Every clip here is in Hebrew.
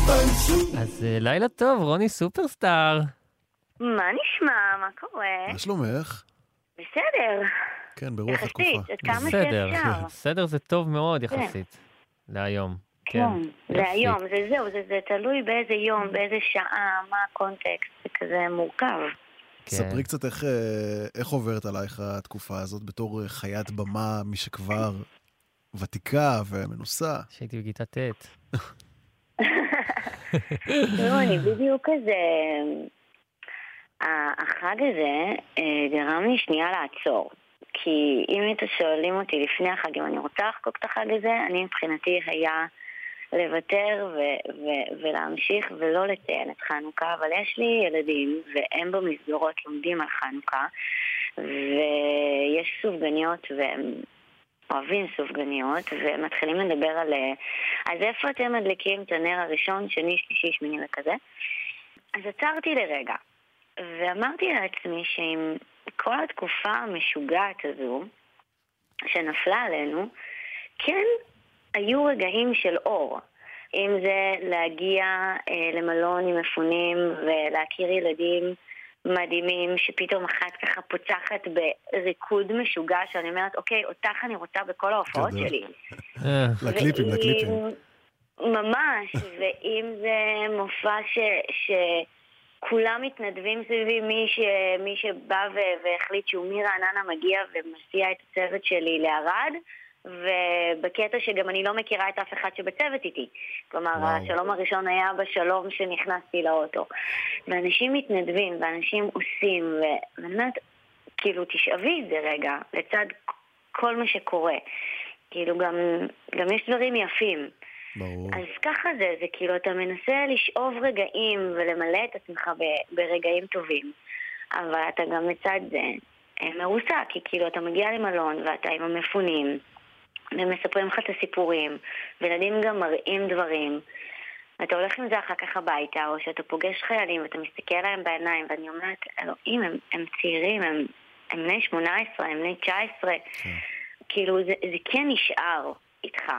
אז לילה טוב, רוני סופרסטאר. מה נשמע? מה קורה? מה שלומך? בסדר. כן, ברוח התקופה. יחסית, עד כמה בסדר, שאפשר. בסדר זה טוב מאוד יחסית. להיום. כן, זה היום, זה תלוי באיזה יום, באיזה שעה, מה הקונטקסט, זה כזה מורכב. ספרי קצת איך עוברת עלייך התקופה הזאת בתור חיית במה, מי שכבר ותיקה ומנוסה. שהייתי בגיטה ט'. תראו, אני בדיוק כזה... החג הזה גרם לי שנייה לעצור. כי אם אתם שואלים אותי לפני החג, אם אני רוצה לחגוג את החג הזה, אני מבחינתי היה לוותר ולהמשיך ולא לציין את חנוכה, אבל יש לי ילדים והם במסגרות לומדים על חנוכה, ויש סופגניות והם אוהבים סופגניות, ומתחילים לדבר על אז איפה אתם מדליקים את הנר הראשון, שני, שלישי, שמיני וכזה. אז עצרתי לרגע ואמרתי לעצמי שעם כל התקופה המשוגעת הזו שנפלה עלינו, כן היו רגעים של אור. אם זה להגיע למלון עם מפונים ולהכיר ילדים מדהימים שפתאום אחת ככה פוצחת בריקוד משוגע שאני אומרת, אוקיי, אותך אני רוצה בכל ההופעות שלי. לקליפים. ממש, ואם זה מופע כולם מתנדבים סביבי, מי שבא והחליט שהוא מרעננה מגיע ומסיע את הצוות שלי לערד, ובקטע שגם אני לא מכירה את אף אחד שבצוות איתי. כלומר, השלום הראשון היה בשלום שנכנסתי לאוטו. ואנשים מתנדבים, ואנשים עושים, ואני אומרת, כאילו, תשאבי את זה רגע, לצד כל מה שקורה. כאילו, גם יש דברים יפים. ברור. אז ככה זה כאילו אתה מנסה לשאוב רגעים ולמלא את עצמך ברגעים טובים, אבל אתה גם מצד זה מרוסק, כי כאילו אתה מגיע למלון ואתה עם המפונים ומספרים לך את הסיפורים, וילדים גם מראים דברים, ואתה הולך עם זה אחר כך הביתה, או שאתה פוגש חיילים ואתה מסתכל עליהם בעיניים, ואני אומרת, אלוהים, הם צעירים, הם בני 18, הם בני 19, כאילו זה כן נשאר איתך.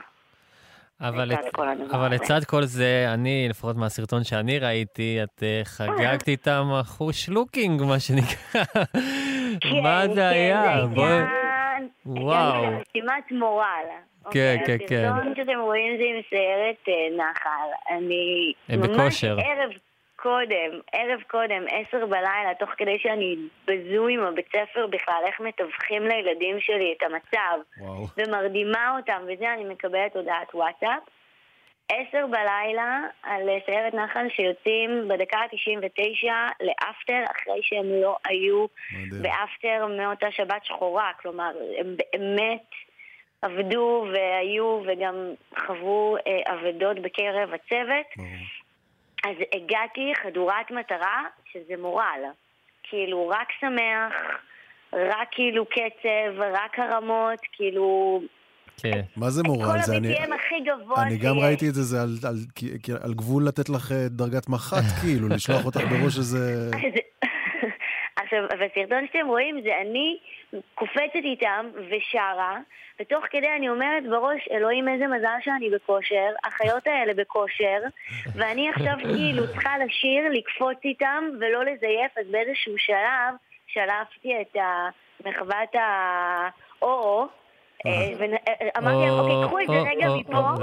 אבל לצד כל זה, אני, לפחות מהסרטון שאני ראיתי, את חגגת איתם חוש לוקינג, מה שנקרא. מה זה היה? וואו. זה משימת מורל. כן. הסרטון שאתם רואים זה עם סיירת נחל. אני ממש ערב קודם, 10 בלילה, תוך כדי שאני בזו עם הבית ספר בכלל, איך מתווכים לילדים שלי את המצב, ומרדימה אותם, וזה אני מקבלת הודעת וואטסאפ. 10 בלילה על סיירת נחל שיוצאים בדקה ה-99 לאפטר, אחרי שהם לא היו באפטר מאותה שבת שחורה. כלומר, הם באמת עבדו והיו וגם חוו עבדות בקרב הצוות. אז הגעתי חדורת מטרה, שזה מורל. כאילו, רק שמח, רק כאילו קצב, רק הרמות, כאילו... כן. מה זה מורל? כל הביטים הכי גבוה אני גם ראיתי את זה, זה על גבול לתת לך דרגת מח"ט, כאילו, לשלוח אותך בראש איזה... עכשיו, בסרטון שאתם רואים, זה אני קופצת איתם ושרה, ותוך כדי אני אומרת בראש, אלוהים איזה מזל שאני בכושר, החיות האלה בכושר, ואני עכשיו כאילו צריכה לשיר, לקפוץ איתם ולא לזייף. אז באיזשהו שלב שלפתי את מחוות האו, ואמרתי להם, אוקיי, קחו את זה רגע מפה,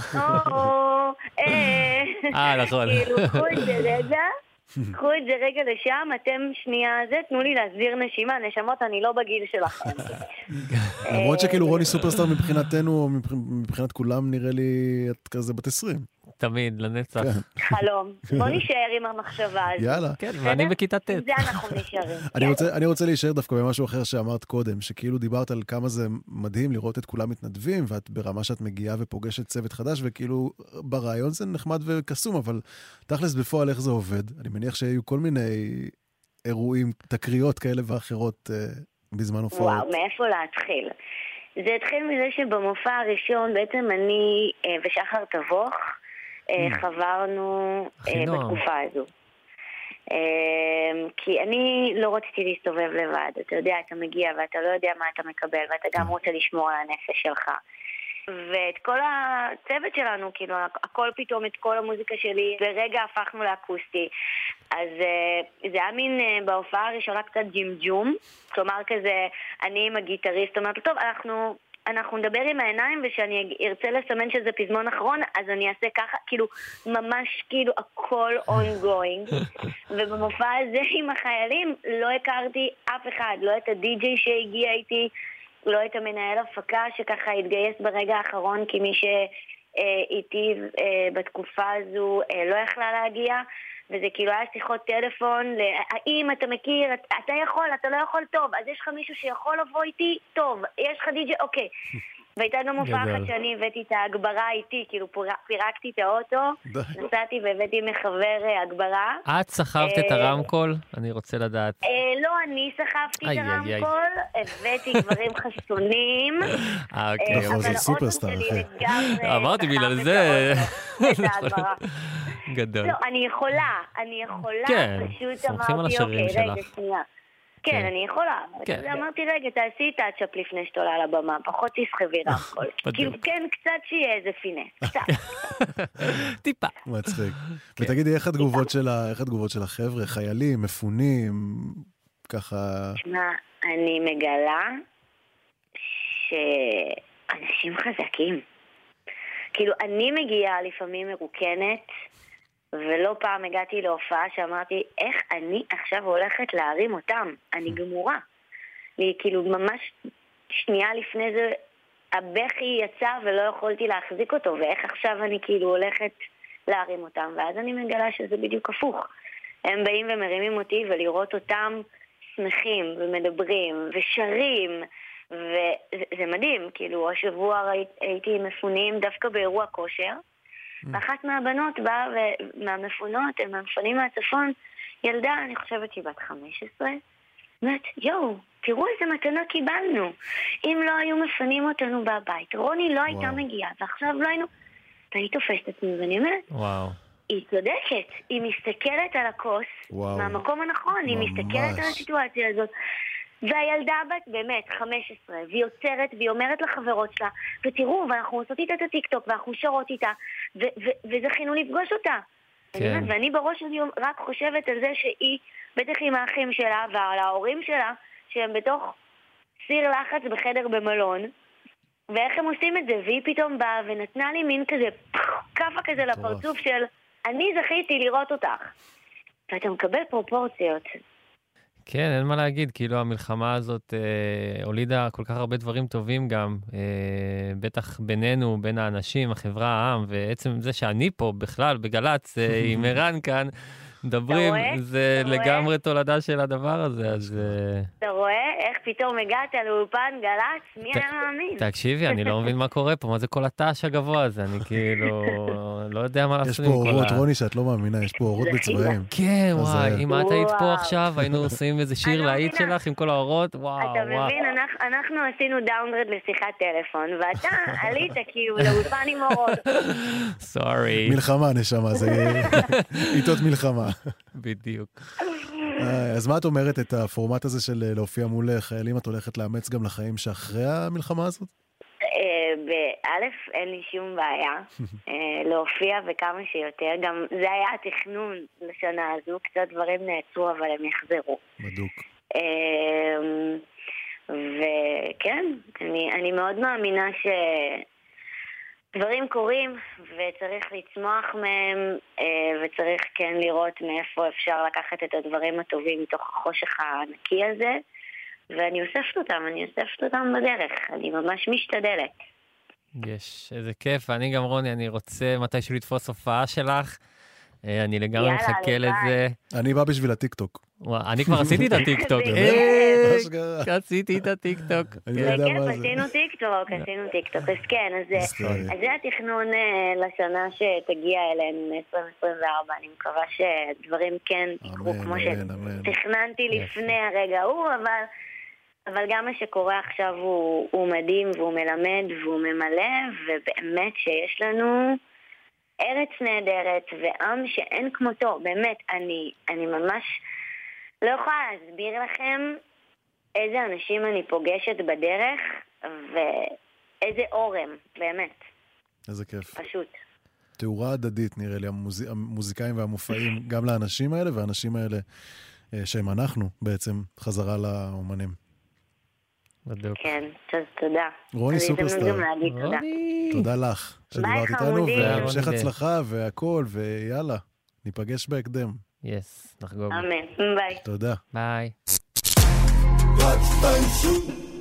נכון. כאילו, קחו את זה רגע לשם, אתם שנייה זה, תנו לי להסביר נשימה, נשמות, אני לא בגיל שלכם. למרות שכאילו רוני סופרסטאר מבחינתנו, מבחינת כולם נראה לי את כזה בת 20. תמיד, לנצח. חלום. בוא נשאר עם המחשבה הזאת. יאללה. כן, ואני בכיתה ט'. עם זה אנחנו נשארים. אני רוצה להישאר דווקא במשהו אחר שאמרת קודם, שכאילו דיברת על כמה זה מדהים לראות את כולם מתנדבים, ואת ברמה שאת מגיעה ופוגשת צוות חדש, וכאילו ברעיון זה נחמד וקסום, אבל תכלס בפועל איך זה עובד? אני מניח שהיו כל מיני אירועים, תקריות כאלה ואחרות בזמן הופעות. וואו, מאיפה להתחיל? זה התחיל מזה שבמופע הראשון בעצם אני ושחר תבוך חברנו בתקופה הזו. כי אני לא רציתי להסתובב לבד. אתה יודע, אתה מגיע ואתה לא יודע מה אתה מקבל, ואתה גם רוצה לשמור על הנפש שלך. ואת כל הצוות שלנו, כאילו, הכל פתאום, את כל המוזיקה שלי, ברגע הפכנו לאקוסטי. אז זה היה מין בהופעה הראשונה קצת ג'ימג'ום, כלומר כזה, אני עם הגיטריסט, אומרת, טוב, אנחנו נדבר עם העיניים, ושאני ארצה לסמן שזה פזמון אחרון, אז אני אעשה ככה, כאילו, ממש כאילו הכל ongoing. ובמופע הזה עם החיילים לא הכרתי אף אחד, לא את הדי-ג'יי שהגיע איתי, לא את המנהל הפקה שככה התגייס ברגע האחרון, כי מי שאיתי בתקופה הזו לא יכלה להגיע, וזה כאילו היה שיחות טלפון, האם אתה מכיר, אתה יכול, אתה לא יכול, טוב, אז יש לך מישהו שיכול לבוא איתי, טוב, יש לך די-ג'יי, אוקיי. והייתה גם מופעה אחת שאני הבאתי את ההגברה איתי, כאילו פירקתי את האוטו, נסעתי והבאתי מחבר הגברה. את סחבת את הרמקול? אני רוצה לדעת. לא, אני סחבתי את הרמקול, הבאתי דברים חסונים. אוקיי. זה סופרסטאר, אחי. אמרתי בגלל זה. גדול. לא, אני יכולה, פשוט אמרתי, אוקיי, רגע, שנייה. כן, אני יכולה. אמרתי, רגע, תעשי את האצ'אפ לפני שתולה על הבמה, פחות תסחבי רמקול. כאילו, כן, קצת שיהיה איזה פינס, קצת. טיפה. מצחיק. ותגידי, איך התגובות של החבר'ה, חיילים, מפונים, ככה... שמע, אני מגלה שאנשים חזקים. כאילו, אני מגיעה לפעמים מרוקנת, ולא פעם הגעתי להופעה שאמרתי, איך אני עכשיו הולכת להרים אותם? אני גמורה. כאילו ממש שנייה לפני זה, הבכי יצא ולא יכולתי להחזיק אותו, ואיך עכשיו אני כאילו הולכת להרים אותם, ואז אני מגלה שזה בדיוק הפוך. הם באים ומרימים אותי, ולראות אותם שמחים ומדברים ושרים, וזה מדהים. כאילו השבוע הייתי מפונים דווקא באירוע כושר, ואחת מהבנות באה, מהמפונות, מהמפנים מהצפון, ילדה, אני חושבת שהיא בת 15, אומרת, יואו, תראו איזה מתנה קיבלנו. אם לא היו מפנים אותנו בבית, רוני לא הייתה מגיעה, ועכשיו לא היינו... והיא תופסת את עצמי, ואני אומרת, היא צודקת, היא מסתכלת על הכוס מהמקום הנכון, היא מסתכלת על הסיטואציה הזאת. והילדה בת באמת 15, והיא יוצרת והיא אומרת לחברות שלה, ותראו, ואנחנו עושות איתה את הטיקטוק, ואנחנו שרות איתה, וזכינו לפגוש אותה. כן. ואני בראש שלי רק חושבת על זה שהיא, בטח עם האחים שלה ועל ההורים שלה, שהם בתוך סיר לחץ בחדר במלון, ואיך הם עושים את זה, והיא פתאום באה ונתנה לי מין כזה, קפה כזה לפרצוף של, אני זכיתי לראות אותך. ואתה מקבל פרופורציות. כן, אין מה להגיד, כאילו המלחמה הזאת הולידה כל כך הרבה דברים טובים גם, בטח בינינו, בין האנשים, החברה, העם, ועצם זה שאני פה בכלל בגלץ עם ערן כאן, מדברים, זה לגמרי תולדה של הדבר הזה, אז... אתה רואה איך פתאום הגעת לאולפן גלץ? מי היה מאמין? תקשיבי, אני לא מבין מה קורה פה, מה זה כל התש הגבוה הזה, אני כאילו לא יודע מה לעשות. יש פה אורות, רוני, שאת לא מאמינה, יש פה אורות בצבעים. כן, וואי, אם את היית פה עכשיו, היינו עושים איזה שיר להיט שלך עם כל האורות, וואו, וואו. אתה מבין, אנחנו עשינו דאונגרד לשיחת טלפון, ואתה עלית כאילו לאולפן עם אורות. סורי. מלחמה, נשמה, זה עיתות מלחמה. בדיוק. אז מה את אומרת, את הפורמט הזה של להופיע מול חיילים, את הולכת לאמץ גם לחיים שאחרי המלחמה הזאת? באלף אין לי שום בעיה להופיע וכמה שיותר. גם זה היה התכנון לשנה הזו, קצת דברים נעצרו אבל הם יחזרו. בדוק. וכן, אני מאוד מאמינה דברים קורים וצריך לצמוח מהם וצריך כן לראות מאיפה אפשר לקחת את הדברים הטובים מתוך החושך הענקי הזה, ואני אוספת אותם בדרך, אני ממש משתדלת. יש, איזה כיף, ואני גם רוני, אני רוצה מתישהו לתפוס הופעה שלך, אני לגמרי מחכה לזה. אני בא בשביל הטיקטוק. אני כבר עשיתי את הטיקטוק. עשיתי את הטיקטוק. עשינו טיקטוק. אז כן, אז זה התכנון לשנה שתגיע אלינו, 2024. אני מקווה שדברים כן יקרו כמו שתכננתי לפני הרגע ההוא, אבל גם מה שקורה עכשיו הוא מדהים והוא מלמד והוא ממלא, ובאמת שיש לנו ארץ נהדרת ועם שאין כמותו. באמת, אני ממש לא יכולה להסביר לכם איזה אנשים אני פוגשת בדרך, איזה אורם, באמת. איזה כיף. פשוט. תאורה הדדית, נראה לי, המוזיקאים והמופעים, גם לאנשים האלה, והאנשים האלה שהם אנחנו בעצם חזרה לאומנים. בדיוק. כן, תודה. רוני סופרסטאר. תודה לך שדיברת איתנו, והמשך הצלחה והכל, ויאללה, ניפגש בהקדם. יס, נחגוג. אמן, ביי. תודה. ביי.